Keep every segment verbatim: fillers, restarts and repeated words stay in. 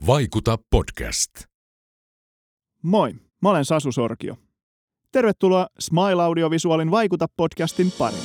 Vaikuta podcast. Moi, mä olen Sasu Sorkio. Tervetuloa Smile Audiovisuaalin Vaikuta podcastin pariin.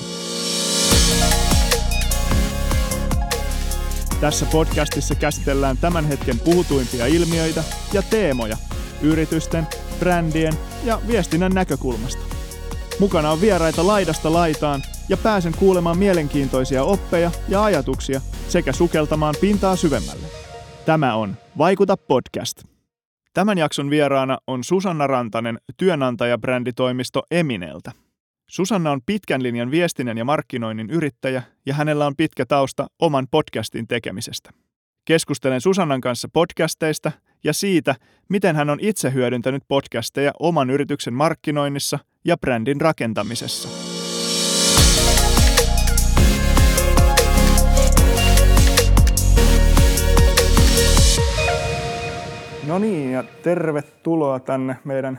Tässä podcastissa käsitellään tämän hetken puhutuimpia ilmiöitä ja teemoja yritysten, brändien ja viestinnän näkökulmasta. Mukana on vieraita laidasta laitaan ja pääsen kuulemaan mielenkiintoisia oppeja ja ajatuksia sekä sukeltamaan pintaa syvemmälle. Tämä on Vaikuta podcast. Tämän jakson vieraana on Susanna Rantanen työnantajabränditoimisto Emineltä. Susanna on pitkän linjan viestinnän ja markkinoinnin yrittäjä ja hänellä on pitkä tausta oman podcastin tekemisestä. Keskustelen Susannan kanssa podcasteista ja siitä, miten hän on itse hyödyntänyt podcasteja oman yrityksen markkinoinnissa ja brändin rakentamisessa. No niin, ja tervetuloa tänne meidän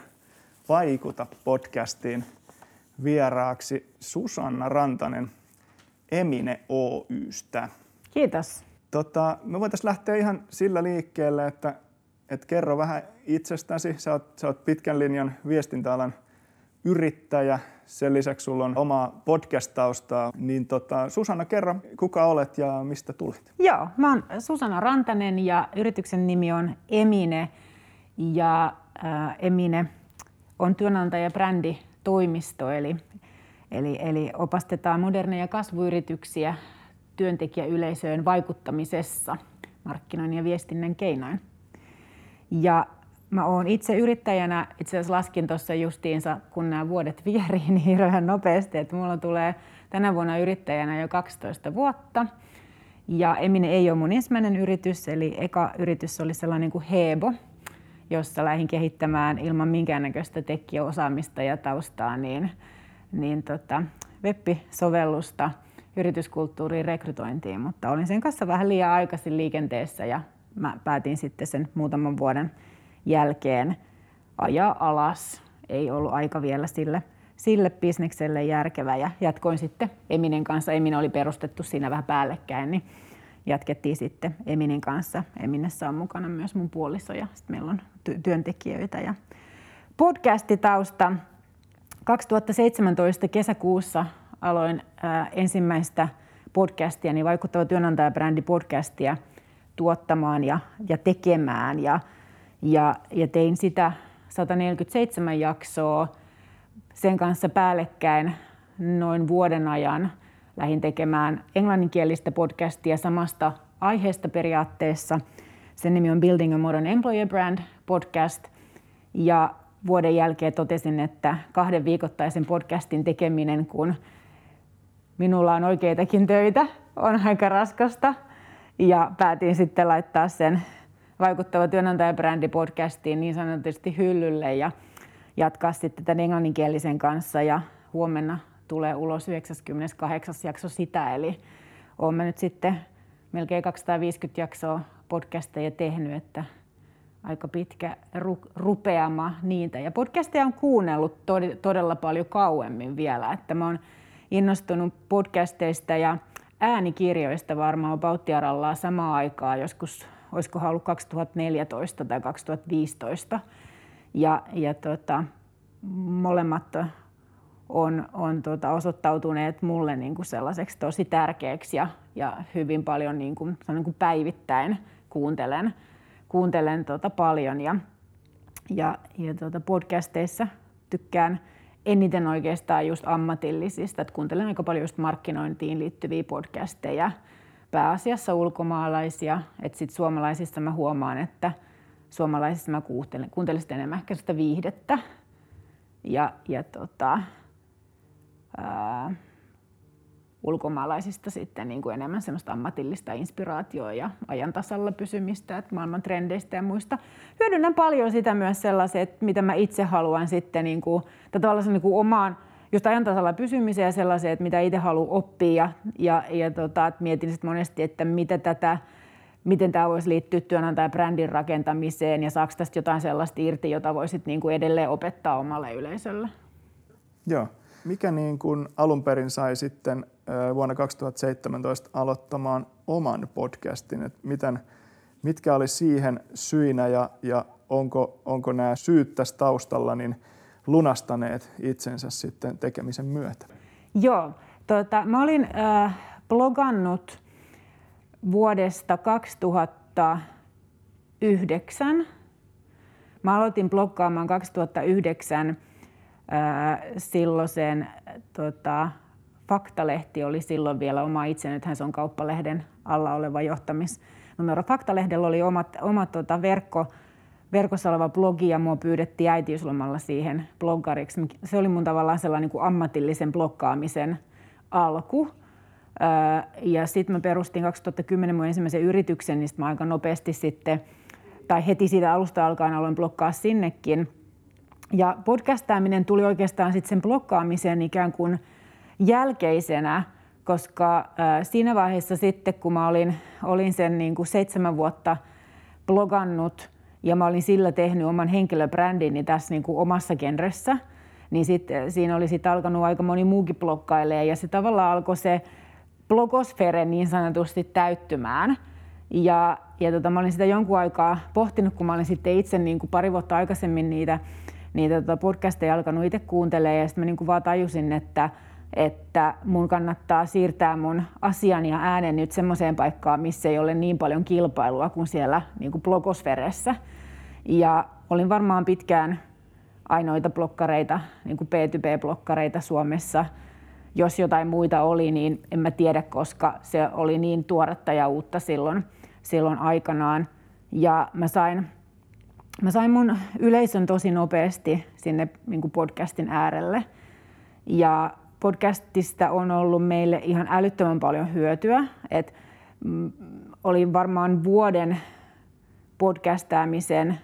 Vaikuta-podcastiin vieraaksi Susanna Rantanen Emine Oy:stä. Kiitos. Tota, me voitaisiin lähteä ihan sillä liikkeelle, että, että kerro vähän itsestäsi. Sä oot, sä oot pitkän linjan viestintäalan yrittäjä. Sen lisäksi sulla on omaa podcast-taustaa. Niin tota, Susanna, kerro, kuka olet ja mistä tulit? Joo, mä oon Susanna Rantanen ja yrityksen nimi on Emine. Ja äh, Emine on työnantajabränditoimisto, eli, eli, eli opastetaan moderneja kasvuyrityksiä työntekijäyleisöön vaikuttamisessa markkinoinnin ja viestinnän keinoin. Ja mä oon itse yrittäjänä, itse asiassa laskin tuossa justiinsa, kun nämä vuodet vierii niin hirveän nopeasti, että mulla tulee tänä vuonna yrittäjänä jo kaksitoista vuotta. Ja Emine ei ole mun ensimmäinen yritys, eli eka yritys oli sellainen kuin Hebo, jossa lähdin kehittämään ilman minkäännäköistä tekijäosaamista ja taustaa niin, niin tota, web-sovellusta yrityskulttuuriin rekrytointiin, mutta olin sen kanssa vähän liian aikaisin liikenteessä ja mä päätin sitten sen muutaman vuoden jälkeen ajaa alas. Ei ollut aika vielä sille, sille bisnekselle järkevä ja jatkoin sitten Eminen kanssa. Emine oli perustettu siinä vähän päällekkäin, niin jatkettiin sitten Eminen kanssa. Eminessä on mukana myös mun puoliso ja sitten meillä on ty- työntekijöitä ja podcastitausta. kaksituhattaseitsemäntoista kesäkuussa aloin äh, ensimmäistä podcastia, niin Vaikuttava työnantajabrändi podcastia tuottamaan ja, ja tekemään. Ja, ja, ja tein sitä sata neljäkymmentäseitsemän jaksoa sen kanssa päällekkäin noin vuoden ajan. Lähdin tekemään englanninkielistä podcastia samasta aiheesta periaatteessa. Sen nimi on Building a Modern Employer Brand podcast. Ja vuoden jälkeen totesin, että kahden viikoittaisen podcastin tekeminen, kun minulla on oikeitakin töitä, on aika raskasta. Ja päätin sitten laittaa sen Vaikuttava työnantajabrändi podcastiin niin sanotusti hyllylle ja jatkaa sitten tämän englanninkielisen kanssa. Ja huomenna tulee ulos yhdeksäskymmeneskahdeksas jakso sitä, eli olen mä nyt sitten melkein kaksisataaviisikymmentä jaksoa podcasteja tehnyt, että aika pitkä ru- rupeama niitä. Ja podcasteja on kuunnellut tod- todella paljon kauemmin vielä, että mä oon innostunut podcasteista ja äänikirjoista varmaan Pauttiaralla samaan aikaan, joskus olisikohan ollut kaksituhattaneljätoista tai kaksituhattaviisitoista. Ja, ja tota, molemmat on, on tota, osoittautuneet mulle niin kuin sellaiseksi tosi tärkeäksi ja, ja hyvin paljon niin kuin, niin kuin päivittäin kuuntelen, kuuntelen tota, paljon. Ja, ja, ja tota, podcasteissa tykkään eniten oikeastaan just ammatillisista, että kuuntelen aika paljon just markkinointiin liittyviä podcasteja, pääasiassa ulkomaalaisia, että sitten suomalaisissa mä huomaan, että suomalaisissa mä kuuntelen, kuuntelen sitä enemmän ehkä sitä viihdettä ja, ja tota, ää, ulkomaalaisista sitten niin kuin enemmän semmoista ammatillista inspiraatioa ja ajan tasalla pysymistä, että maailman trendeistä ja muista. Hyödynnän paljon sitä myös sellaiset, mitä mä itse haluan sitten niin kuin, tavallaan niin kuin omaan just ajan tasalla pysymiseen ja sellaisia, että mitä itse haluan oppia ja, ja tota, että mietin sitten monesti, että mitä tätä, miten tämä voisi liittyä työnantajabrändin rakentamiseen ja saako tästä jotain sellaista irti, jota voisit niin kuin edelleen opettaa omalle yleisölle. Joo. Mikä niin kuin alun perin sai sitten vuonna kaksituhattaseitsemäntoista aloittamaan oman podcastin? Et miten, Mitkä oli siihen syinä ja, ja onko, onko nämä syyt tässä taustalla niin lunastaneet itsensä sitten tekemisen myötä? Joo, tota, mä olin äh, blogannut vuodesta kaksituhattayhdeksän. Mä aloitin bloggaamaan kaksituhattayhdeksän äh, silloisen tota, Faktalehti oli silloin vielä oma itse, nythän se on Kauppalehden alla oleva johtamisnumero. Faktalehdellä oli omat, omat tota, verkko, verkossa oleva blogi ja mua pyydettiin äitiyslomalla siihen bloggariksi. Se oli mun tavallaan sellainen niin kuin ammatillisen bloggaamisen alku. Ja sitten mä perustin kaksituhattakymmenen mun ensimmäisen yrityksen, niin sit mä aika nopeasti sitten, tai heti siitä alusta alkaen aloin bloggaa sinnekin. Ja podcastaaminen tuli oikeastaan sitten sen bloggaamisen ikään kuin jälkeisenä, koska äh, siinä vaiheessa sitten, kun mä olin, olin sen niin kuin seitsemän vuotta blogannut ja mä olin sillä tehnyt oman henkilöbrändini tässä niin kuin omassa genressä, niin sit, siinä oli sitten alkanut aika moni muukin bloggailemaan ja se tavallaan alkoi se blogosfere niin sanotusti täyttymään. Ja, ja tota, mä olin sitä jonkun aikaa pohtinut, kun mä olin sitten itse niin kuin pari vuotta aikaisemmin niitä, niitä tota podcasteja alkanut itse kuuntelemaan ja sitten mä niin kuin vaan tajusin, että että mun kannattaa siirtää mun asian ja äänen nyt semmoiseen paikkaan, missä ei ole niin paljon kilpailua kuin siellä niin kuin blogosferessä. Ja olin varmaan pitkään ainoita blokkareita, niin kuin B two B-blokkareita Suomessa. Jos jotain muita oli, niin en mä tiedä, koska se oli niin tuoretta ja uutta silloin, silloin aikanaan. Ja mä sain, mä sain mun yleisön tosi nopeasti sinne niin kuin podcastin äärelle. Ja podcastista on ollut meille ihan älyttömän paljon hyötyä. Et, mm, oli varmaan vuoden podcastaamisen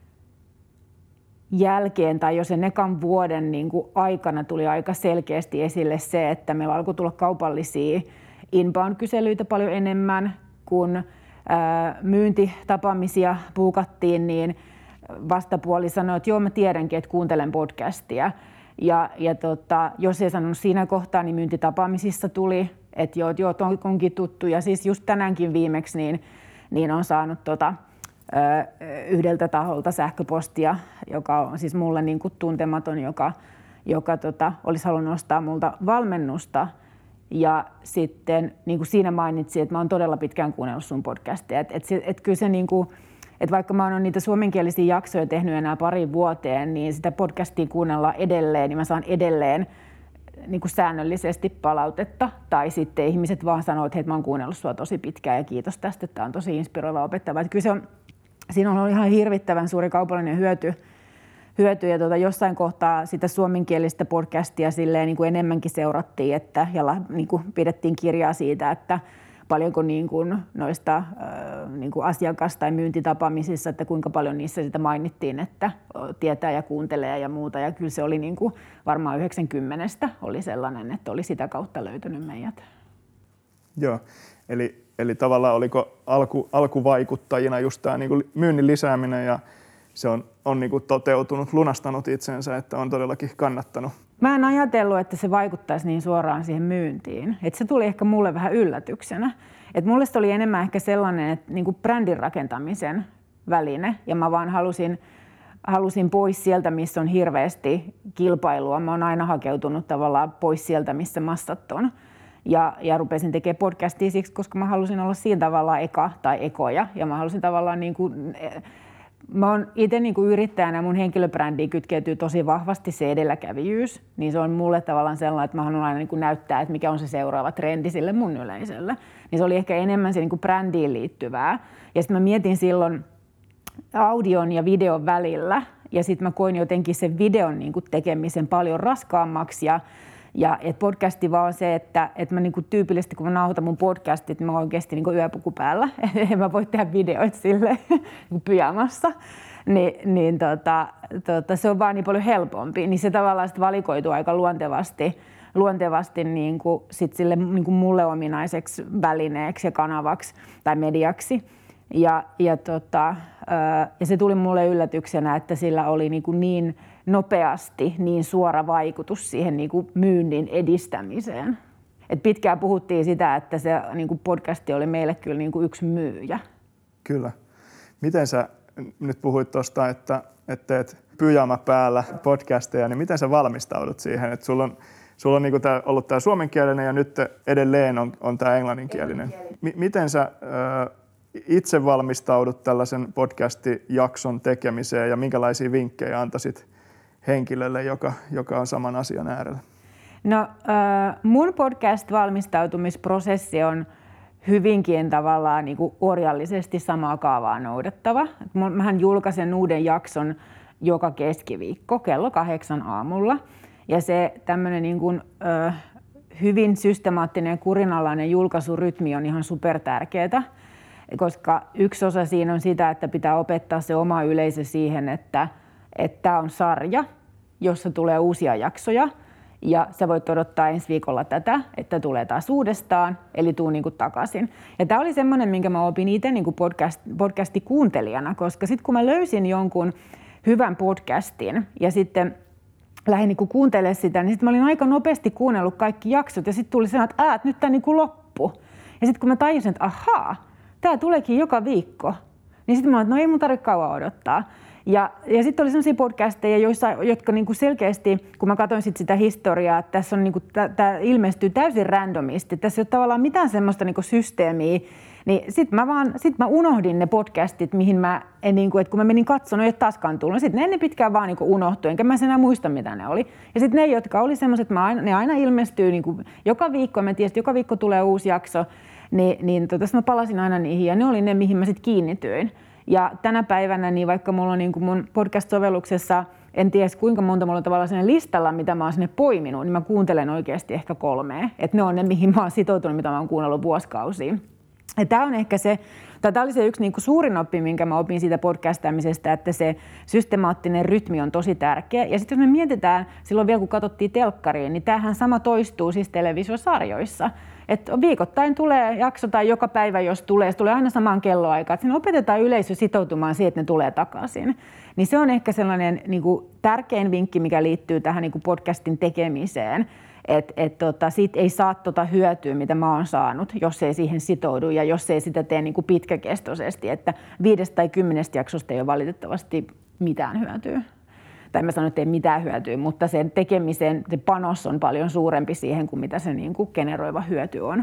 jälkeen tai jo sen ekan vuoden niin kuin aikana tuli aika selkeästi esille se, että meillä alkoi tulla kaupallisia inbound-kyselyitä paljon enemmän, kun ää, myyntitapaamisia puukattiin, niin vastapuoli sanoi, että joo, mä tiedänkin, että kuuntelen podcastia. Ja, ja tota, jos ei sanonut siinä kohtaa, niin myyntitapaamisissa tuli, että joo, joo onkin tuttu. Ja siis just tänäänkin viimeksi niin, niin on saanut tota, ö, yhdeltä taholta sähköpostia, joka on siis mulle niin kuin tuntematon, joka, joka tota, olisi halunnut ostaa multa valmennusta. Ja sitten niin kuin siinä mainitsin, että mä oon todella pitkään kuunnellut sun podcastia. Että et, et kyllä se niin kuin, että vaikka mä oon niitä suomenkielisiä jaksoja tehnyt enää pari vuoteen, niin sitä podcastia kuunnellaan edelleen, niin mä saan edelleen niin kuin säännöllisesti palautetta. Tai sitten ihmiset vaan sanoo, että hei, mä oon kuunnellut sua tosi pitkään ja kiitos tästä, että tää on tosi inspiroiva opettava. Että kyllä se on, siinä on ollut ihan hirvittävän suuri kaupallinen hyöty. hyöty ja tuota, jossain kohtaa sitä suomenkielistä podcastia silleen, niin kuin enemmänkin seurattiin että, ja niin kuin pidettiin kirjaa siitä, että paljonko niin kuin noista niin kuin asiakas- tai myyntitapaamisissa, että kuinka paljon niissä sitä mainittiin, että tietää ja kuuntelee ja muuta. Ja kyllä se oli niin kuin varmaan yhdeksänkymmentä oli sellainen, että oli sitä kautta löytynyt meidät. Joo, eli, eli tavallaan oliko alku, alkuvaikuttajina just tämä niin kuin myynnin lisääminen ja se on, on niin kuin toteutunut, lunastanut itsensä, että on todellakin kannattanut. Mä en ajatellut, että se vaikuttaisi niin suoraan siihen myyntiin. Et se tuli ehkä mulle vähän yllätyksenä. Et mulle se oli enemmän ehkä sellainen, että niinku brändin rakentamisen väline. Ja mä vaan halusin, halusin pois sieltä, missä on hirveästi kilpailua. Mä oon aina hakeutunut tavallaan pois sieltä, missä massat on. Ja, ja rupesin tekemään podcastia siksi, koska mä halusin olla siinä tavallaan eka tai ekoja. Ja mä halusin tavallaan niinku... Mä oon itse niin kuin yrittäjänä, mun henkilöbrändiin kytkeytyy tosi vahvasti se edelläkävijyys, niin se on mulle tavallaan sellainen, että mä haluan aina niin kuin näyttää, että mikä on se seuraava trendi sille mun yleisölle. Niin se oli ehkä enemmän se niin kuin brändiin liittyvää. Ja sitten mä mietin silloin audion ja videon välillä, ja sitten mä koin jotenkin sen videon niin kuin tekemisen paljon raskaammaksi, ja Ja et podcasti vaan on se, että et mä niinku tyypillisesti kun mä nauhoitan mun podcastit, mä oon oikeasti niinku yöpuku päällä. En mä voi tehdä videoita silleen niinku pyjamassa. Ni, niin tota, tota, se on vaan niin paljon helpompi. Niin se tavallaan sit valikoituu aika luontevasti, luontevasti niinku sit sille niinku mulle ominaiseksi välineeksi ja kanavaksi tai mediaksi. Ja, ja, tota, ja se tuli mulle yllätyksenä, että sillä oli niinku niin nopeasti niin suora vaikutus siihen niin kuin myynnin edistämiseen. Et pitkään puhuttiin sitä, että se niin kuin podcasti oli meille kyllä niin kuin yksi myyjä. Kyllä. Miten sä, nyt puhuit tuosta, että, että teet pyjama päällä podcasteja, niin miten sä valmistaudut siihen, että sulla on, sulla on niinku tää, ollut tämä suomenkielinen ja nyt edelleen on, on tämä englanninkielinen. M- miten sä äh, itse valmistaudut tällaisen podcast-jakson tekemiseen ja minkälaisia vinkkejä antaisit henkilölle, joka, joka on saman asian äärellä? No äh, mun podcast-valmistautumisprosessi on hyvinkin tavallaan niin kuin orjallisesti samaa kaavaa noudattava. Mähän julkaisen uuden jakson joka keskiviikko kello kahdeksan aamulla. Ja se tämmöinen niin kuin, ö, hyvin systemaattinen kurinalainen julkaisurytmi on ihan supertärkeää, koska yksi osa siinä on sitä, että pitää opettaa se oma yleisö siihen, että tämä on sarja, jossa tulee uusia jaksoja. Ja sä voit odottaa ensi viikolla tätä, että tulee taas uudestaan, eli tuu niinku takaisin. Ja tämä oli semmoinen, minkä mä opin itse niinku podcast, podcastikuuntelijana, koska sitten kun mä löysin jonkun hyvän podcastin ja sitten lähdin niinku kuuntelemaan sitä, niin sitten mä olin aika nopeasti kuunnellut kaikki jaksot ja sitten tuli sellainen, että, että nyt tämä niinku loppu. Ja sitten kun mä tajusin, että ahaa, tämä tuleekin joka viikko, niin sitten mä olin, että no ei mun tarvitse kauan odottaa. Ja, ja sitten oli sellaisia podcasteja, joissa, jotka niinku selkeästi, kun mä katsoin sit sitä historiaa, että tässä on niinku, tämä ilmestyy täysin randomisti, tässä ei ole tavallaan mitään semmoista niinku systeemiä, niin sitten mä vaan, sit mä unohdin ne podcastit, mihin mä, en, niinku, että kun mä menin katsomaan, ei ole taaskaan tullut, sitten ne ennen pitkään vaan niinku unohtui, enkä mä enää muista, mitä ne oli. Ja sitten ne, jotka oli semmoiset, ne aina ilmestyy niinku, joka viikko, mä tiesin, että joka viikko tulee uusi jakso, niin, niin tota, mä palasin aina niihin, ja ne oli ne, mihin mä sitten kiinnityin. Ja tänä päivänä, niin vaikka mulla on niin kuin mun podcast-sovelluksessa, en tiedä kuinka monta mulla on tavallaan siinä listalla, mitä mä oon sinne poiminut, niin mä kuuntelen oikeasti ehkä kolmea. Että ne on ne, mihin mä oon sitoutunut, mitä mä oon kuunnellut vuosikausiin. Ja tää on ehkä se, tämä oli se yksi niin kuin suurin oppi, minkä mä opin siitä podcastamisesta, että se systemaattinen rytmi on tosi tärkeä. Ja sitten jos me mietitään, silloin vielä kun katsottiin telkkariin, niin tämähän sama toistuu siis televisiosarjoissa. Että viikoittain tulee jakso tai joka päivä, jos tulee, se tulee aina samaan kelloaikaan. Että siinä opetetaan yleisö sitoutumaan siihen, että ne tulee takaisin. Niin se on ehkä sellainen niin kuin tärkein vinkki, mikä liittyy tähän niin kuin podcastin tekemiseen. Että et, tota, siitä ei saa tota hyötyä, mitä mä oon saanut, jos ei siihen sitoudu ja jos ei sitä tee niin kuin pitkäkestoisesti. Että viidestä tai kymmenestä jaksosta ei ole valitettavasti mitään hyötyä. Tai mä sanon, että ei mitään hyötyä, mutta sen tekemisen se panos on paljon suurempi siihen kuin mitä se niin kuin generoiva hyöty on.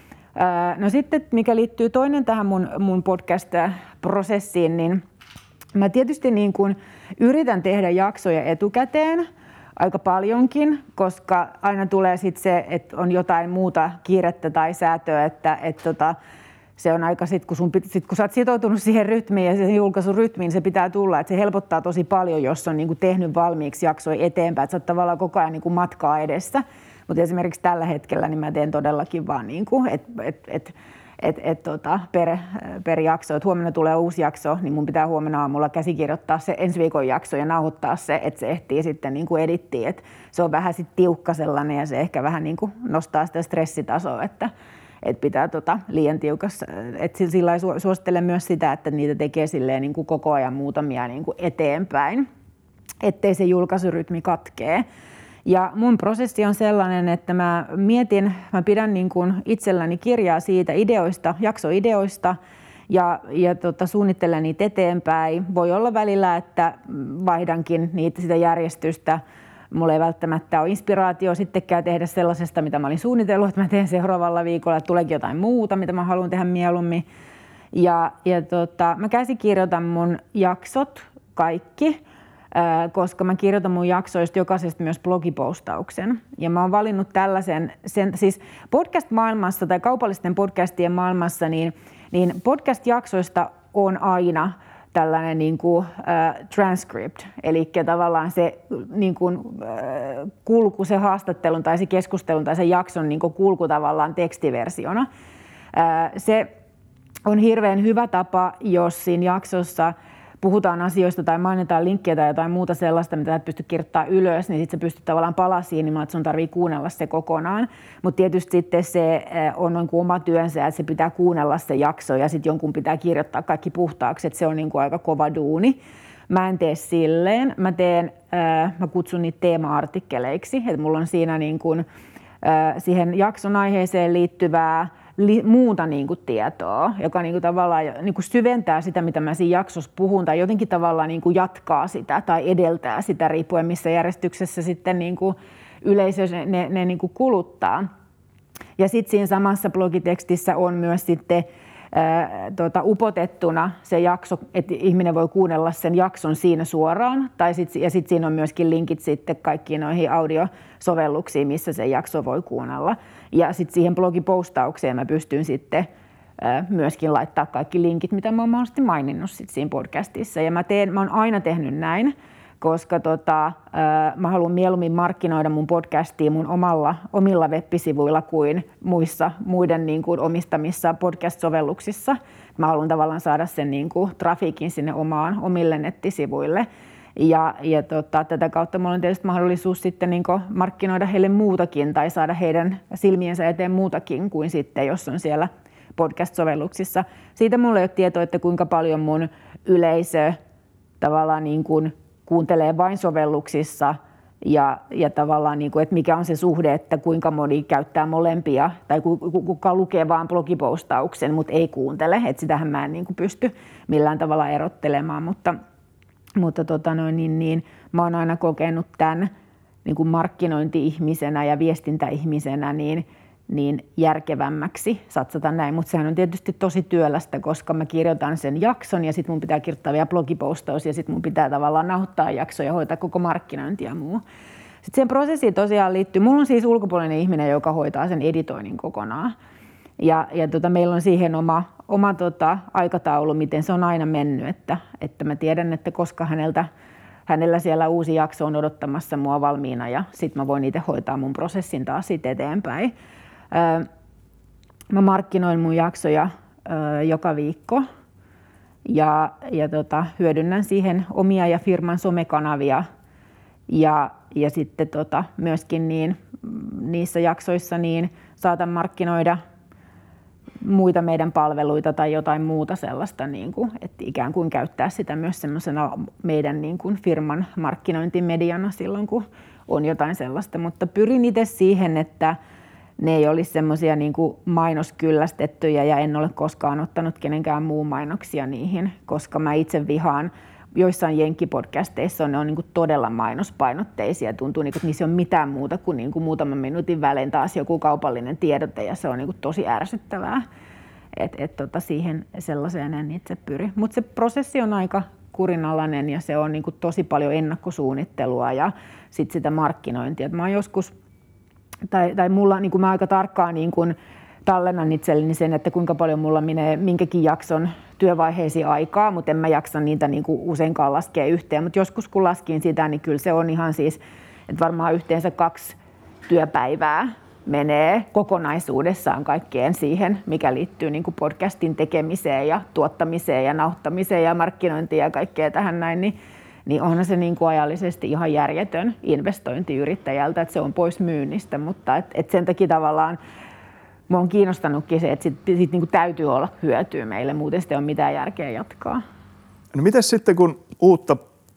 No sitten, mikä liittyy toinen tähän mun, mun podcast-prosessiin, niin mä tietysti niin kuin yritän tehdä jaksoja etukäteen aika paljonkin, koska aina tulee sitten se, että on jotain muuta kiirettä tai säätöä, että et tota, se on aika, sit kun, sun, sit kun sä oot sitoutunut siihen rytmiin ja siihen julkaisurytmiin, niin se pitää tulla. Että se helpottaa tosi paljon, jos on niinku tehnyt valmiiksi jaksoja eteenpäin. Että sä oot tavallaan koko ajan niinku matkaa edessä. Mutta esimerkiksi tällä hetkellä niin mä teen todellakin vaan, niinku, että et, et, et, et, tota, per, per jakso. Et huomenna tulee uusi jakso, niin mun pitää huomenna aamulla käsikirjoittaa se ensi viikon jakso ja nauhoittaa se, että se ehtii sitten niinku edittiin. Et se on vähän sit tiukka sellainen ja se ehkä vähän niinku nostaa sitä stressitasoa, että että pitää tota liian tiukassa, että sillä suosittelen myös sitä, että niitä tekee silleen niin kuin koko ajan muutamia niin kuin eteenpäin, ettei se julkaisurytmi katkee. Ja mun prosessi on sellainen, että mä mietin, mä pidän niin kuin itselläni kirjaa siitä ideoista, jaksoideoista ja, ja tota, suunnittelen niitä eteenpäin. Voi olla välillä, että vaihdankin niitä sitä järjestystä. Mulla ei välttämättä ole inspiraatio sittenkään tehdä sellaisesta, mitä mä olin suunnitellut, että mä teen seuraavalla viikolla, että tuleekin jotain muuta, mitä mä haluan tehdä mieluummin. Ja, ja tota, mä käsikirjoitan mun jaksot kaikki, ää, koska mä kirjoitan mun jaksoista jokaisesta myös blogipostauksen. Ja mä oon valinnut tällaisen, sen, siis podcast-maailmassa tai kaupallisten podcastien maailmassa, niin, niin podcast-jaksoista on aina tällainen niin kuin, äh, transcript, eli tavallaan se niin kuin, äh, kulku, se haastattelun tai se keskustelun tai se jakson niin kuin kulku tavallaan tekstiversiona. Äh, se on hirveän hyvä tapa, jos siinä jaksossa puhutaan asioista tai mainitaan linkkejä tai jotain muuta sellaista, mitä et pysty kirjoittamaan ylös, niin sitten sä pystyt tavallaan palaa siihen, niin että sun tarvii kuunnella se kokonaan. Mutta tietysti sitten se on niin kuin oma työnsä, että se pitää kuunnella se jakso ja sitten jonkun pitää kirjoittaa kaikki puhtaaksi, että se on niin kuin aika kova duuni. Mä en tee silleen, mä, teen, äh, mä kutsun niitä teema-artikkeleiksi, että mulla on siinä niin kuin, äh, siihen jakson aiheeseen liittyvää li, muuta niin kuin tietoa, joka niin kuin tavallaan niin kuin syventää sitä, mitä mä siinä jaksossa puhun, tai jotenkin tavallaan niin kuin jatkaa sitä tai edeltää sitä, riippuen missä järjestyksessä sitten niin kuin yleisö ne, ne, ne niin kuin kuluttaa. Ja sitten siinä samassa blogitekstissä on myös sitten ää, tota, upotettuna se jakso, että ihminen voi kuunnella sen jakson siinä suoraan, tai sit, ja sitten siinä on myöskin linkit sitten kaikkiin noihin audiosovelluksiin, missä se jakso voi kuunnella. Ja sitten siihen blogipostaukseen mä pystyn sitten ää, myöskin laittaa kaikki linkit, mitä mä oon mahdollisesti maininnut sit siinä podcastissa. Ja mä, teen, mä oon aina tehnyt näin, koska tota, ää, mä haluan mieluummin markkinoida mun podcastia mun omalla, omilla web-sivuilla kuin muissa muiden niin kuin omistamissa podcast-sovelluksissa. Mä haluan tavallaan saada sen niin kuin trafiikin sinne omaan, omille nettisivuille. Ja, ja tota, tätä kautta mulla on tietysti mahdollisuus sitten niin kuin markkinoida heille muutakin tai saada heidän silmiensä eteen muutakin kuin sitten, jos on siellä podcast-sovelluksissa. Siitä mulla ei ole tietoa, että kuinka paljon mun yleisö tavallaan niin kuin kuuntelee vain sovelluksissa ja, ja tavallaan, niin kuin, että mikä on se suhde, että kuinka moni käyttää molempia tai kuka lukee vaan blogipostauksen, mutta ei kuuntele. Että sitähän mä en niin kuin pysty millään tavalla erottelemaan, mutta, mutta tota noin, niin, niin, mä oon aina kokenut tämän niin kuin markkinointi-ihmisenä ja viestintäihmisenä niin, niin järkevämmäksi satsata näin, mutta sehän on tietysti tosi työlästä, koska mä kirjoitan sen jakson ja sitten mun pitää kirjoittaa vielä blogipostaus ja sitten mun pitää tavallaan nauhoittaa jakso ja hoitaa koko markkinointi ja muu. Sitten siihen prosessiin tosiaan liittyy, mulla on siis ulkopuolinen ihminen, joka hoitaa sen editoinnin kokonaan ja, ja tota, meillä on siihen oma, oma tota, aikataulu, miten se on aina mennyt, että, että mä tiedän, että koska häneltä Hänellä siellä uusi jakso on odottamassa mua valmiina ja sitten mä voin itse hoitaa mun prosessin taas siitä eteenpäin. Mä markkinoin mun jaksoja joka viikko ja, ja tota, hyödynnän siihen omia ja firman somekanavia ja, ja sitten tota, myöskin niin, niissä jaksoissa niin saatan markkinoida muita meidän palveluita tai jotain muuta sellaista, niin kuin, että ikään kuin käyttää sitä myös semmoisena meidän niin kuin firman markkinointimediana silloin, kun on jotain sellaista. Mutta pyrin itse siihen, että ne ei olisi semmoisia niin kuin mainoskyllästettyjä ja en ole koskaan ottanut kenenkään muun mainoksia niihin, koska mä itse vihaan. Joissain jenkkipodcasteissa on, ne on niin kuin todella mainospainotteisia. Tuntuu, niin kuin, että niissä ei ole mitään muuta kuin, niin kuin muutaman minuutin välein taas joku kaupallinen tiedote ja se on niin kuin tosi ärsyttävää. Et, et, tota, siihen sellaiseen en itse pyri. Mutta se prosessi on aika kurinalainen ja se on niin kuin tosi paljon ennakkosuunnittelua ja sit sitä markkinointia. Et mä oon joskus, tai, tai mulla niin kuin mä aika tarkkaan niin kuin tallennan itselleni sen, että kuinka paljon mulla menee minkäkin jakson työvaiheisiin aikaa, mutta en mä jaksa niitä niin kuin useinkaan laskea yhteen. Mutta joskus kun laskin sitä, niin kyllä se on ihan siis, että varmaan yhteensä kaksi työpäivää menee kokonaisuudessaan kaikkeen siihen, mikä liittyy niin kuin podcastin tekemiseen ja tuottamiseen ja nauhoittamiseen ja markkinointiin ja kaikkea tähän näin, niin, niin onhan se niin kuin ajallisesti ihan järjetön investointi yrittäjältä, että se on pois myynnistä, mutta et, et sen takia tavallaan mua on kiinnostanutkin se, että siitä, siitä niin kuin täytyy olla hyötyä meille, muuten sitten ei ole mitään järkeä jatkaa. No miten sitten, kun uutta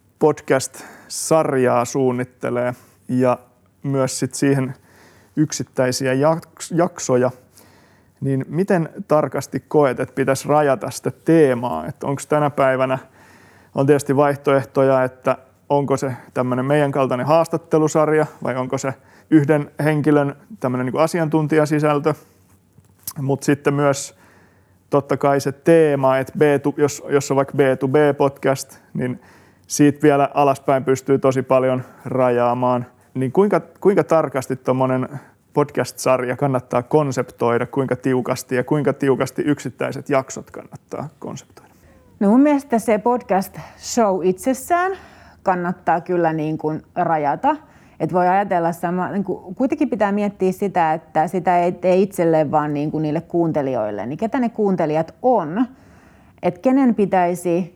podcast-sarjaa suunnittelee ja myös sit siihen yksittäisiä jaksoja, niin miten tarkasti koet, että pitäisi rajata sitä teemaa? Että onko tänä päivänä, on tietysti vaihtoehtoja, että onko se tämmöinen meidän kaltainen haastattelusarja vai onko se yhden henkilön tämmöinen niin kuin asiantuntijasisältö, mutta sitten myös totta kai se teema, että B to, jos, jos on vaikka B to B-podcast, niin siitä vielä alaspäin pystyy tosi paljon rajaamaan. Niin kuinka, kuinka tarkasti tuommoinen podcast-sarja kannattaa konseptoida, kuinka tiukasti ja kuinka tiukasti yksittäiset jaksot kannattaa konseptoida? No mun mielestä se podcast-show itsessään kannattaa kyllä niin kuin rajata. Että voi ajatella sama, niin kuin, kuitenkin pitää miettiä sitä, että sitä ei tee itselleen vaan niin kuin niille kuuntelijoille. Niin ketä ne kuuntelijat on, että kenen pitäisi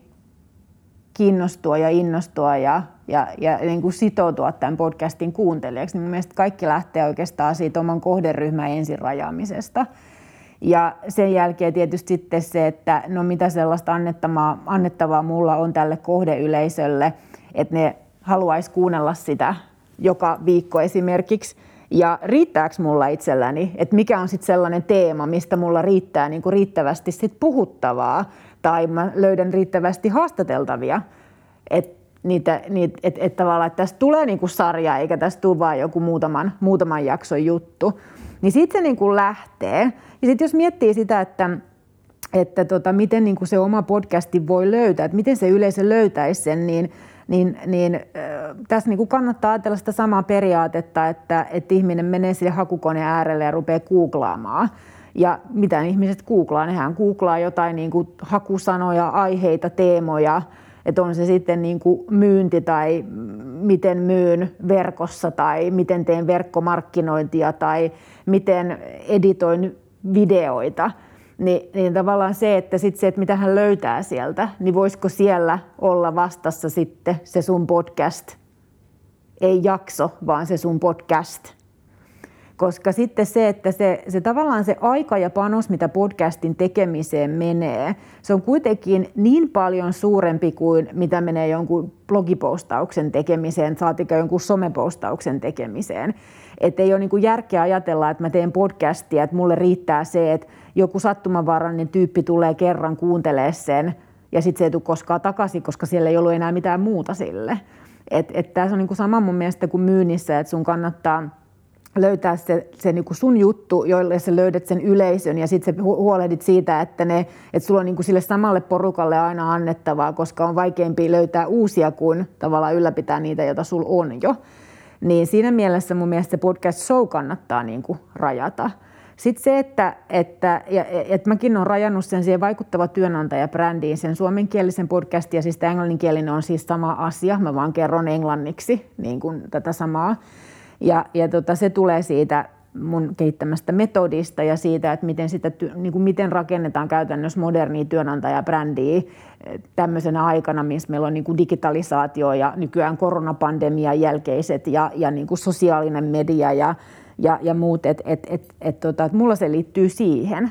kiinnostua ja innostua ja, ja, ja niin kuin sitoutua tämän podcastin kuuntelijaksi. Niin mun mielestä kaikki lähtee oikeastaan siitä oman kohderyhmän ensin rajaamisesta. Ja sen jälkeen tietysti sitten se, että no mitä sellaista annettavaa, annettavaa mulla on tälle kohdeyleisölle, että ne haluaisi kuunnella sitä joka viikko esimerkiksi. Ja riittääkö mulla itselläni, että mikä on sitten sellainen teema, mistä mulla riittää niin kuin riittävästi sit puhuttavaa tai mä löydän riittävästi haastateltavia, että niitä, niitä, et, et tavallaan, että tästä tulee niin kuin sarja eikä tästä tule vaan joku muutaman, muutaman jakson juttu. Niin siitä se niin kuin lähtee. Ja sitten jos miettii sitä, että, että tota, miten niin kuin se oma podcasti voi löytää, että miten se yleisö löytäisi sen, niin Niin, niin äh, tässä niin kuin kannattaa ajatella sitä samaa periaatetta, että, että ihminen menee sille hakukoneen äärelle ja rupeaa googlaamaan. Ja mitä ihmiset googlaa? Nehän googlaa jotain niin kuin hakusanoja, aiheita, teemoja, että on se sitten niin kuin myynti tai miten myyn verkossa tai miten teen verkkomarkkinointia tai miten editoin videoita. Niin, niin tavallaan se, että sit se, että mitä hän löytää sieltä, niin voisiko siellä olla vastassa sitten se sun podcast, ei jakso, vaan se sun podcast. Koska sitten se, että se, se tavallaan se aika ja panos, mitä podcastin tekemiseen menee, se on kuitenkin niin paljon suurempi kuin mitä menee jonkun blogipostauksen tekemiseen, saatika jonkun somepostauksen tekemiseen. Että ei ole niin kuin järkeä ajatella, että mä teen podcastia, että mulle riittää se, että joku sattumanvarainen tyyppi tulee kerran kuuntelemaan sen ja sitten se ei tule koskaan takaisin, koska siellä ei ollut enää mitään muuta sille. Että et tässä on niin kuin sama mun mielestä kuin myynnissä, että sun kannattaa löytää se, se niin kuin sun juttu, jolle sä löydät sen yleisön ja sitten sä huolehdit siitä, että, ne, että sulla on niin kuin sille samalle porukalle aina annettavaa, koska on vaikeampi löytää uusia kuin tavallaan ylläpitää niitä, joita sulla on jo. Niin siinä mielessä mun mielestä se podcast show kannattaa niin kuin rajata. Sitten se, että, että, ja, että mäkin olen rajannut sen siihen vaikuttava työnantaja-brändiin, sen suomenkielisen podcastin ja siis englanninkielinen on siis sama asia. Mä vaan kerron englanniksi niin kuin tätä samaa. Ja, ja tota, se tulee siitä mun kehittämästä metodista ja siitä, että miten, sitä, niin kuin miten rakennetaan käytännössä modernia työnantajabrändiä tämmöisenä aikana, missä meillä on niin kuin digitalisaatio ja nykyään koronapandemian jälkeiset ja, ja niin kuin sosiaalinen media ja, ja, ja muut, että et, et, et, tota, et mulla se liittyy siihen.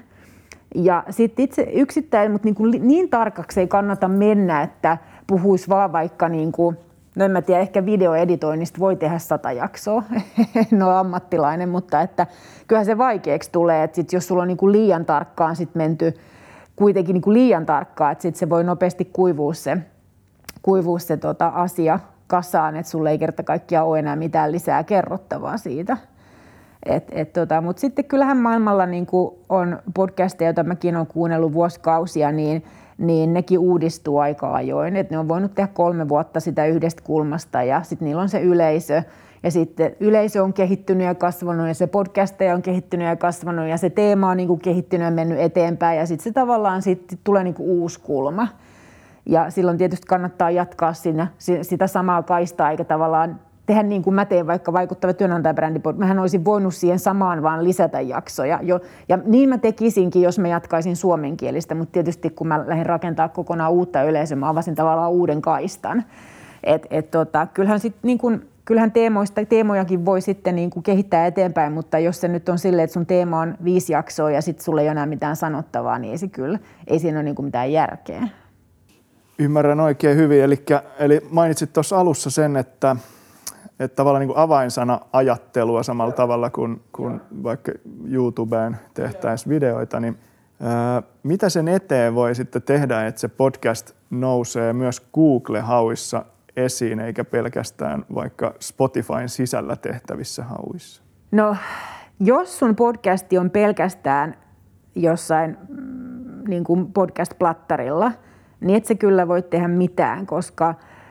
Ja sitten itse yksittäin, mutta niin, kuin niin tarkaksi ei kannata mennä, että puhuisi vaan vaikka niin kuin no en mä tiedä, ehkä videoeditoinnista voi tehdä sata jaksoa, en ole ammattilainen, mutta että kyllähän se vaikeaksi tulee, että sit jos sulla on niinku liian tarkkaan sit menty, kuitenkin niinku liian tarkkaan, että sit se voi nopeasti kuivua se, kuivua se tota asia kasaan, että sulla ei kerta kaikkiaan ole enää mitään lisää kerrottavaa siitä. Et, et tota, mutta sitten kyllähän maailmalla niinku on podcasteja, joita mäkin olen kuunnellut vuosikausia, niin niin nekin uudistuu aika ajoin. Et ne on voinut tehdä kolme vuotta sitä yhdestä kulmasta ja sitten niillä on se yleisö. Ja sitten yleisö on kehittynyt ja kasvanut ja se podcasteja on kehittynyt ja kasvanut ja se teema on niinku kehittynyt ja mennyt eteenpäin ja sitten se tavallaan sit tulee niinku uusi kulma. Ja silloin tietysti kannattaa jatkaa siinä, sitä samaa kaistaa eikä tavallaan tehdä niin kuin mä teen vaikka vaikuttava työnantajabrändi. Mähän olisin voinut siihen samaan vaan lisätä jaksoja. Jo, ja niin mä tekisinkin, jos mä jatkaisin suomenkielistä, mutta tietysti kun mä lähdin rakentaa kokonaan uutta yleisöä, mä avasin tavallaan uuden kaistan. Et, et tota, kyllähän, sit, niin kun, kyllähän teemoista, teemojakin voi sitten niin kuin kehittää eteenpäin, mutta jos se nyt on silleen, että sun teema on viisi jaksoa ja sitten sulla ei ole enää mitään sanottavaa, niin ei, se kyllä, ei siinä ole niin kuin mitään järkeä. Ymmärrän oikein hyvin. Eli, eli mainitsit tuossa alussa sen, että Että tavallaan niin kuin avainsana ajattelua samalla tavalla kuin, kuin vaikka YouTubeen tehtäisiin videoita, niin ää, mitä sen eteen voi sitten tehdä, että se podcast nousee myös Google-hauissa esiin, eikä pelkästään vaikka Spotifyn sisällä tehtävissä hauissa? No, jos sun podcasti on pelkästään jossain niin kuin podcast-plattarilla, niin et sä kyllä voi tehdä mitään, koska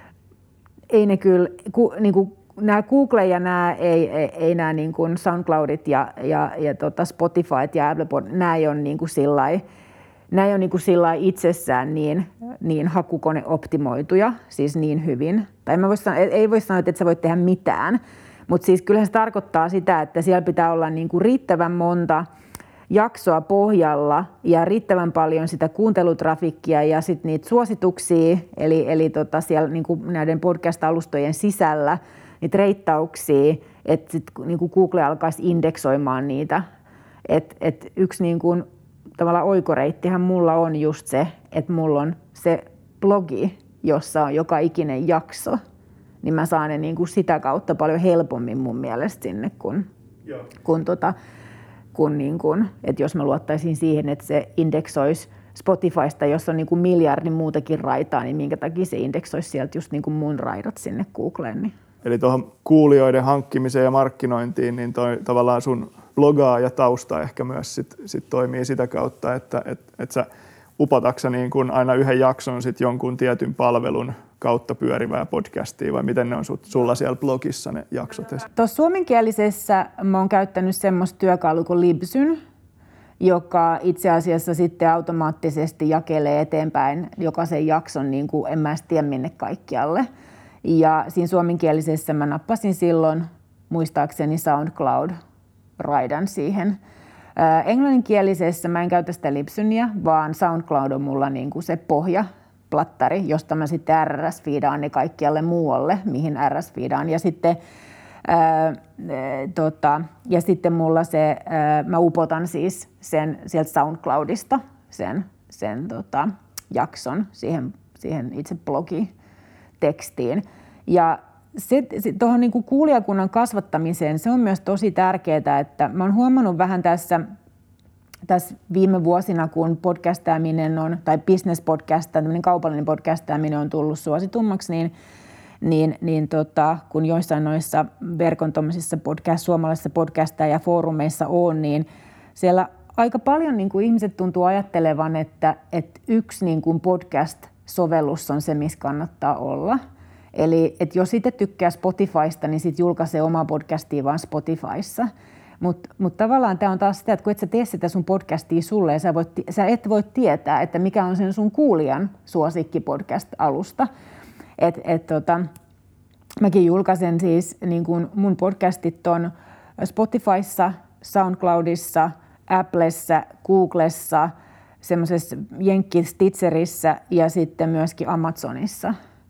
ei ne kyllä, ku, niin kuin nämä Google ja nämä, ei, ei, ei nämä niin kuin SoundCloudit ja, ja, ja tota Spotifyt ja Apple Pod, nämä ei ole niin kuin sillai, nämä ei ole niin kuin sillai itsessään niin, niin hakukoneoptimoituja, siis niin hyvin. Tai mä vois sanoa, ei voi sanoa, että et sä voit tehdä mitään, mutta siis kyllähän se tarkoittaa sitä, että siellä pitää olla niin kuin riittävän monta jaksoa pohjalla ja riittävän paljon sitä kuuntelutrafikkia ja sitten niitä suosituksia, eli, eli tota siellä niin kuin näiden podcast-alustojen sisällä, niitä reittauksia, että sitten niin kuin Google alkaisi indeksoimaan niitä. Et, et yksi niin kuin, tavallaan oikoreittihän mulla on just se, että mulla on se blogi, jossa on joka ikinen jakso, niin mä saan ne niin kuin sitä kautta paljon helpommin mun mielestä sinne kuin kun, tota, kun niin kun, että jos mä luottaisin siihen, että se indeksoisi Spotifysta, jos on niin kuin miljardin muutakin raitaa, niin minkä takia se indeksoisi sieltä just niin kuin mun raidat sinne Googleen. Niin. Eli tuohon kuulijoiden hankkimiseen ja markkinointiin, niin toi, tavallaan sun blogaa ja tausta ehkä myös sit, sit toimii sitä kautta, että et, et sä upotaksa niin kuin aina yhden jakson sit jonkun tietyn palvelun kautta pyörivää podcastia, vai miten ne on sut, sulla siellä blogissa ne jaksot? Tuossa suomenkielisessä mä oon käyttänyt semmoista työkalua kuin Libsyn, joka itse asiassa sitten automaattisesti jakelee eteenpäin jokaisen jakson, niin kuin en mä edes tiedä minne kaikkialle. Ja siinä suomenkielisessä mä nappasin silloin muistaakseni SoundCloud-raidan siihen. Ää, englanninkielisessä mä en käytä sitä Libsynia, vaan SoundCloud on mulla niin kuin se pohjaplattari, josta mä sitten R S -fiidaan ne kaikkialle muualle, mihin R S -fiidaan. Ja sitten, ää, tota, ja sitten mulla se, ää, mä upotan siis sen sieltä SoundCloudista sen, sen tota, jakson siihen, siihen itse blogiin. Tekstiin. Ja tuohon niinku kuulijakunnan kasvattamiseen se on myös tosi tärkeää, että mä oon huomannut vähän tässä, tässä viime vuosina, kun podcastaaminen on, tai business podcastaaminen, kaupallinen podcastaaminen on tullut suositummaksi, niin, niin, niin tota, kun joissain noissa verkon tuommoisissa podcast, suomalaisissa podcastaja- ja foorumeissa on, niin siellä aika paljon niin kuin ihmiset tuntuu ajattelevan, että, että yksi niin kuin podcast-sovellus on se, missä kannattaa olla. Eli että jos itse tykkää Spotifysta, niin sitten julkaisee omaa podcastia vaan Spotifyssa. Mutta mut tavallaan tämä on taas sitä, että kun et sä tee sitä sun podcastia sulle, ja sä, voit, sä et voi tietää, että mikä on sen sun kuulijan suosikki podcast-alusta. Et, et tota, mäkin julkaisen siis niin kun mun podcastit on Spotifyssa, SoundCloudissa, Applessa, Googlessa, semmoisessa Jenkki Stitcherissä ja sitten myöskin Amazonissa.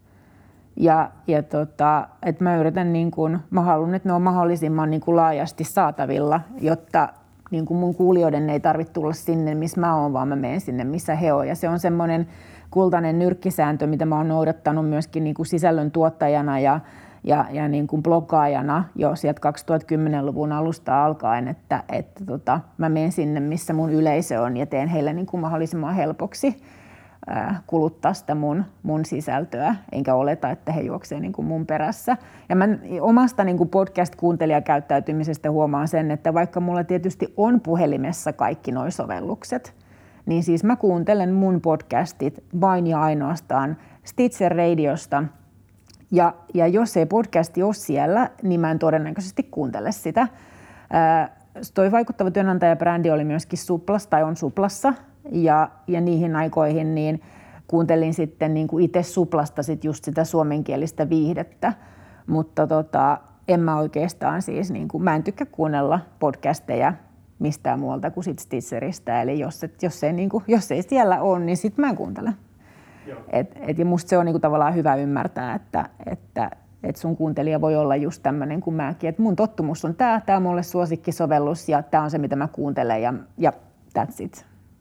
Ja, ja tota, että mä yritän, niin kun, mä haluan, että ne on mahdollisimman niin kun laajasti saatavilla, jotta niin kun mun kuulijoiden ei tarvitse tulla sinne, missä mä oon, vaan mä menen sinne, missä he on. Ja se on semmoinen kultainen nyrkkisääntö, mitä mä oon noudattanut myöskin niin kun sisällön tuottajana ja, ja, ja niin kun bloggaajana jo sieltä kaksituhattakymmenluvun alusta alkaen, että, että tota, mä menen sinne, missä mun yleisö on ja teen heille niin kun mahdollisimman helpoksi kuluttaa sitä mun, mun sisältöä, enkä oleta, että he juoksevat niin kuin mun perässä. Ja mä omasta niin kuin podcast-kuuntelijakäyttäytymisestä huomaan sen, että vaikka mulla tietysti on puhelimessa kaikki nuo sovellukset, niin siis mä kuuntelen mun podcastit vain ja ainoastaan Stitcher Radiosta. Ja, ja jos ei podcasti ole siellä, niin mä en todennäköisesti kuuntele sitä. Ää, toi vaikuttava työnantajabrändi oli myöskin Suplassa tai on Suplassa. Ja, ja niihin aikoihin niin kuuntelin sitten niin kuin itse Suplasta sit just sitä suomenkielistä viihdettä, mutta tota, en mä oikeastaan siis, niin kuin, mä en tykkää kuunnella podcasteja mistään muualta kuin sit Stitcheristä, eli jos, et, jos, ei, niin kuin, jos ei siellä ole, niin sit mä en kuuntele. Et, et, ja musta se on niin kuin tavallaan hyvä ymmärtää, että, että et sun kuuntelija voi olla just tämmöinen kuin mäkin, että mun tottumus on tää, tää on mulle suosikkisovellus ja tää on se, mitä mä kuuntelen ja, ja that's it.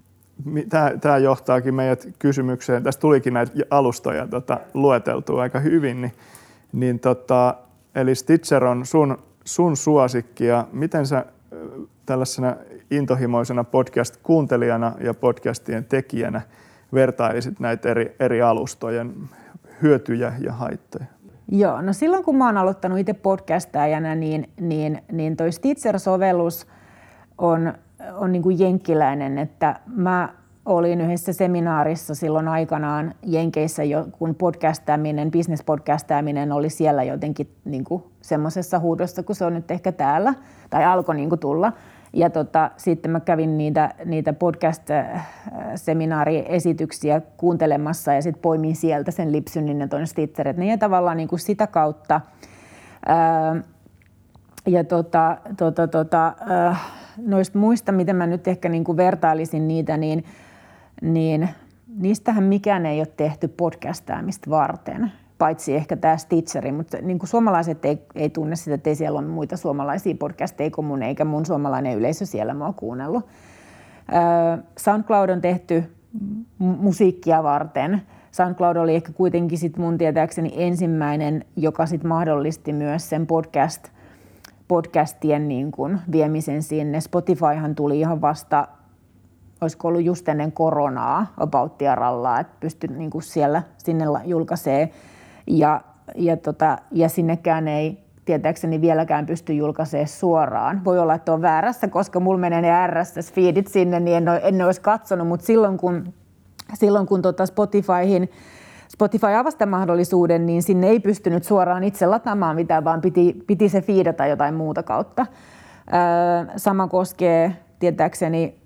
Tämä johtaakin meidät kysymykseen. Tästä tulikin näitä alustoja tota, lueteltua aika hyvin. Niin, niin tota, eli Stitcher on sun, sun suosikki. Ja miten sä tällaisena intohimoisena podcast-kuuntelijana ja podcastien tekijänä vertailisit näitä eri, eri alustojen hyötyjä ja haittoja? Joo, no silloin kun mä oon aloittanut itse podcastajana, niin, niin, niin toi Stitcher-sovellus on on niin kuin jenkkiläinen, että mä olin yhdessä seminaarissa silloin aikanaan Jenkeissä, kun podcastaaminen, business-podcastaaminen oli siellä jotenkin niin kuin semmoisessa huudossa, kun se on nyt ehkä täällä, tai alkoi niin kuin tulla. Ja tota, sitten mä kävin niitä, niitä podcast-seminaariesityksiä kuuntelemassa ja sitten poimin sieltä sen Libsynin ja tuonne Stitcherit. Niin ja tavallaan niin kuin sitä kautta. Ää, ja tota, tota, tota, ää, noista muista, miten mä nyt ehkä niin kuin vertailisin niitä, niin, niin niistähän mikään ei ole tehty podcastaamista varten, paitsi ehkä tämä Stitcheri, mutta niin kuin suomalaiset ei, ei tunne sitä, että ei siellä ole muita suomalaisia podcasteja kuin mun, eikä mun suomalainen yleisö siellä mua kuunnellut. SoundCloud on tehty musiikkia varten. SoundCloud oli ehkä kuitenkin sit mun tietääkseni ensimmäinen, joka sit mahdollisti myös sen podcast podcastien niin kuin viemisen sinne. Spotifyhan tuli ihan vasta, olisiko ollut just ennen koronaa, about tiaralla, että pystyi niin kuin siellä sinne julkaisee. Ja, ja, tota, ja sinnekään ei tietääkseni vieläkään pysty julkaisemaan suoraan. Voi olla, että on väärässä, koska mulla menee ne R S S-feedit sinne, niin en, ole, en olisi katsonut, mutta silloin kun, silloin kun tota Spotifyhin Spotify avasi tämän mahdollisuuden, niin sinne ei pystynyt suoraan itse lataamaan mitään, vaan piti, piti se fiidata jotain muuta kautta. Öö, sama koskee tietääkseni,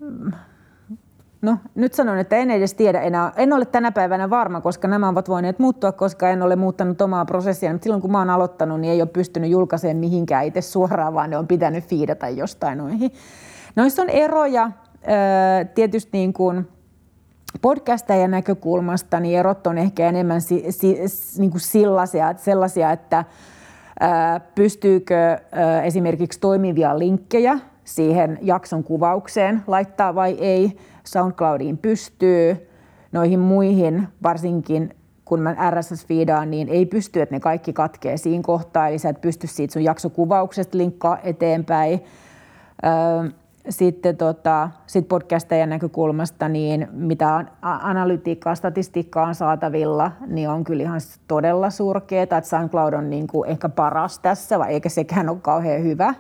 no nyt sanon, että en edes tiedä enää, en ole tänä päivänä varma, koska nämä ovat voineet muuttua, koska en ole muuttanut omaa prosessia, mutta silloin kun mä oon aloittanut, niin ei ole pystynyt julkaisemaan mihinkään itse suoraan, vaan ne on pitänyt fiidata jostain noihin. Noissa on eroja, öö, tietysti niin kuin podcastajan näkökulmasta niin erot on ehkä enemmän si, si, niin kuin sellaisia, sellaisia, että ää, pystyykö ää, esimerkiksi toimivia linkkejä siihen jakson kuvaukseen laittaa vai ei. SoundCloudiin pystyy, noihin muihin varsinkin kun mä R S S-feedaan, niin ei pysty, että ne kaikki katkee siinä kohtaa, eli sä et pysty siitä sun jaksokuvauksesta linkkaa eteenpäin. Ää, Sitten tota, sit podcastajan näkökulmasta, niin mitä analytiikkaa, statistiikkaa on saatavilla, niin on kyllä ihan todella surkeeta. Että SoundCloud on niin kuin ehkä paras tässä, vai eikä sekään ole kauhean hyvä.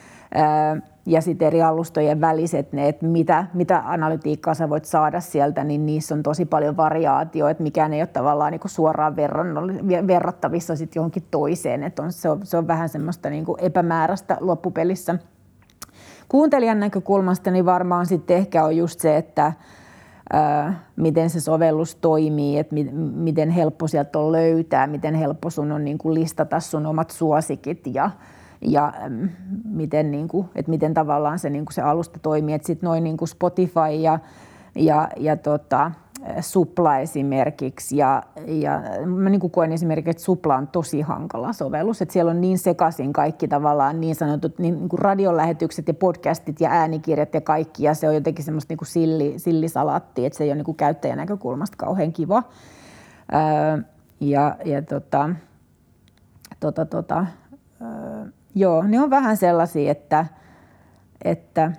Ja sitten eri alustojen väliset, ne, että mitä, mitä analytiikkaa sä voit saada sieltä, niin niissä on tosi paljon variaatio, että mikään ei ole tavallaan niin kuin suoraan verrattavissa sit johonkin toiseen. Että on, se, on, se on vähän semmoista niin kuin epämääräistä loppupelissä. Kuuntelijan näkökulmasta niin varmaan sitten ehkä on just se, että ää, miten se sovellus toimii, että mi- miten helppo sieltä on löytää, miten helppo sun on niin kuin listata sun omat suosikit ja, ja äm, miten, niin kuin, että miten tavallaan se, niin kuin se alusta toimii. Että sitten noin niin kuin Spotify ja, ja, ja tota, Supla esimerkiksi ja, ja mä niin kuin koen esimerkiksi, että Supla on tosi hankala sovellus, että siellä on niin sekaisin kaikki tavallaan niin sanotut niin, niin kuin radiolähetykset ja podcastit ja äänikirjat ja kaikki ja se on jotenkin semmoista niin kuin silli, sillisalaattia, että se ei ole niin kuin käyttäjän näkökulmasta kauhean kiva. Öö, ja ja tota, tota, tota, öö, joo, ne on vähän sellaisia, että, että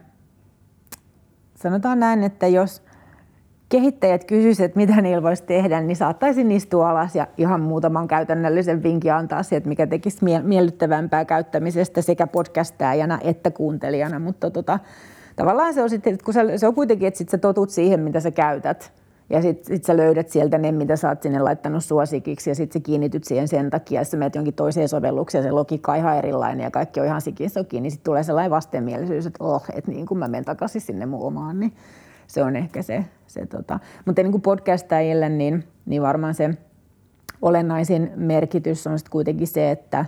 sanotaan näin, että jos kehittäjät kysyisivät, että mitä niillä voisi tehdä, niin saattaisin istua alas ja ihan muutaman käytännöllisen vinkin antaa sieltä, mikä tekisi miellyttävämpää käyttämisestä sekä podcastajana että kuuntelijana. Mutta tota, tavallaan se on, sitten, että kun sä, se on kuitenkin, että sit sä totut siihen, mitä sä käytät. Ja sitten sit sä löydät sieltä ne, mitä sä oot sinne laittanut suosikiksi ja sitten sä kiinnityt siihen sen takia. Ja sä menet jonkin toiseen sovellukseen ja se logiikka on ihan erilainen ja kaikki on ihan sikisoki, niin sitten tulee sellainen vastenmielisyys, että oh, että niin kun mä menen takaisin sinne mun omaan, niin se on ehkä se. se tota. Mutta niin kuin podcastajille, niin, niin varmaan se olennaisin merkitys on sitten kuitenkin se, että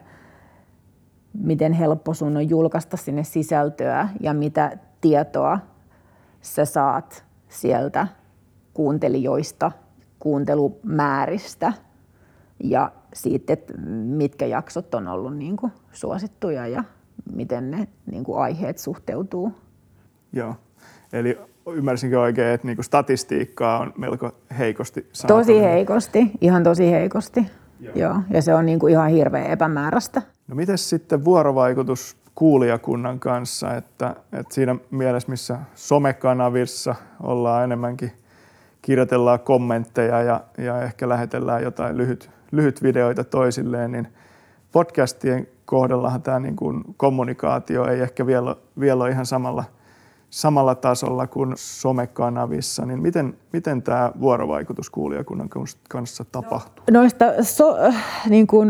miten helppo sun on julkaista sinne sisältöä ja mitä tietoa sä saat sieltä kuuntelijoista, kuuntelumääristä ja siitä, että mitkä jaksot on ollut niin kuin suosittuja ja miten ne niin kuin aiheet suhteutuu. Joo, eli ymmärsinkö oikein, että niinku statistiikkaa on melko heikosti saatavilla? Tosi heikosti, ihan tosi heikosti. Joo. Joo, ja se on niinku ihan hirveän epämääräistä. No mites sitten vuorovaikutus kuulijakunnan kanssa, että, että siinä mielessä, missä somekanavissa ollaan enemmänkin, kirjoitellaan kommentteja ja, ja ehkä lähetellään jotain lyhyt, lyhyt videoita toisilleen, niin podcastien kohdallahan tämä niin kuin kommunikaatio ei ehkä vielä, vielä ole ihan samalla samalla tasolla kuin somekanavissa, niin miten, miten tämä vuorovaikutus kuulijakunnan kanssa tapahtuu? Noista so, niin kuin,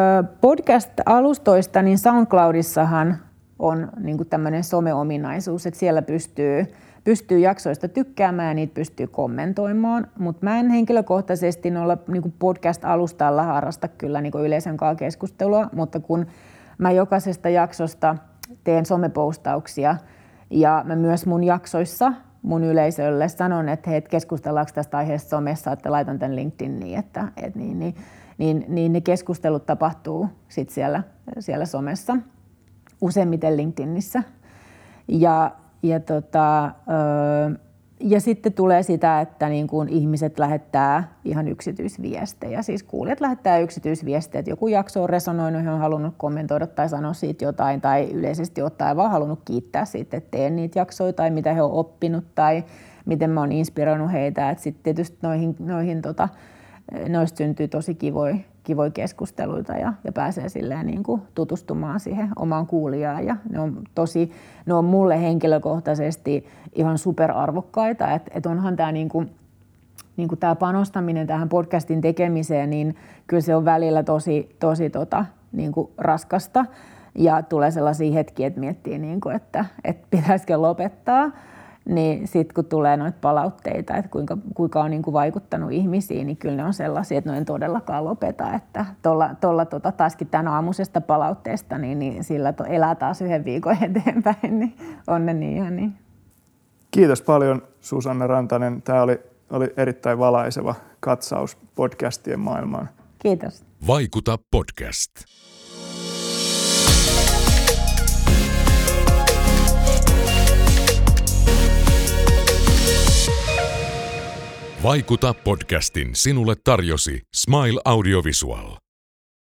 podcast-alustoista, niin SoundCloudissahan on niin kuin tämmöinen some-ominaisuus, että siellä pystyy, pystyy jaksoista tykkäämään ja niitä pystyy kommentoimaan, mutta mä en henkilökohtaisesti noilla niin kuin podcast-alustalla harrasta kyllä niin kuin yleisön kanssa keskustelua, mutta kun mä jokaisesta jaksosta teen somepostauksia, ja mä myös mun jaksoissa mun yleisölle sanon, että hei, keskustellaanko tästä aiheesta somessa, että laitan tämän LinkedIniin, että et niin, niin, niin, niin ne keskustelut tapahtuu sit siellä, siellä somessa, useimmiten LinkedInissä. Ja, ja, tota, ja sitten tulee sitä, että niin kuin ihmiset lähettää ihan yksityisviestejä. Siis kuulijat lähettää yksityisviestejä, että joku jakso on resonoinut, he on halunnut kommentoida tai sanoa siitä jotain tai yleisesti ottaen vaan halunnut kiittää siitä, että teen niitä jaksoja tai mitä he on oppinut tai miten mä oon inspiroinut heitä. Että sitten tietysti noihin, noihin tota, noista syntyy tosi kivoja, kivoja keskusteluita ja, ja pääsee silleen niin kuin tutustumaan siihen omaan kuulijaan. Ja ne on tosi, ne on mulle henkilökohtaisesti ihan superarvokkaita, että et onhan tämä niin kuin, niin kuin tämä panostaminen tähän podcastin tekemiseen, niin kyllä se on välillä tosi, tosi tota, niin kuin raskasta ja tulee sellaisia hetkiä, että miettii, niin kuin, että, että pitäisikö lopettaa. Niin sitten kun tulee noita palautteita, että kuinka, kuinka on niinku vaikuttanut ihmisiin, niin kyllä ne on sellaisia, että no en todellakaan lopeta. Että tuolla, tuolla tota, taaskin tämän aamuisesta palautteesta, niin, niin sillä to, elää taas yhden viikon eteenpäin, niin on ne niin ja niin. Kiitos paljon Susanna Rantanen. Tämä oli, oli erittäin valaiseva katsaus podcastien maailmaan. Kiitos. Vaikuta podcast. Vaikuta podcastin sinulle tarjosi Smile Audiovisual.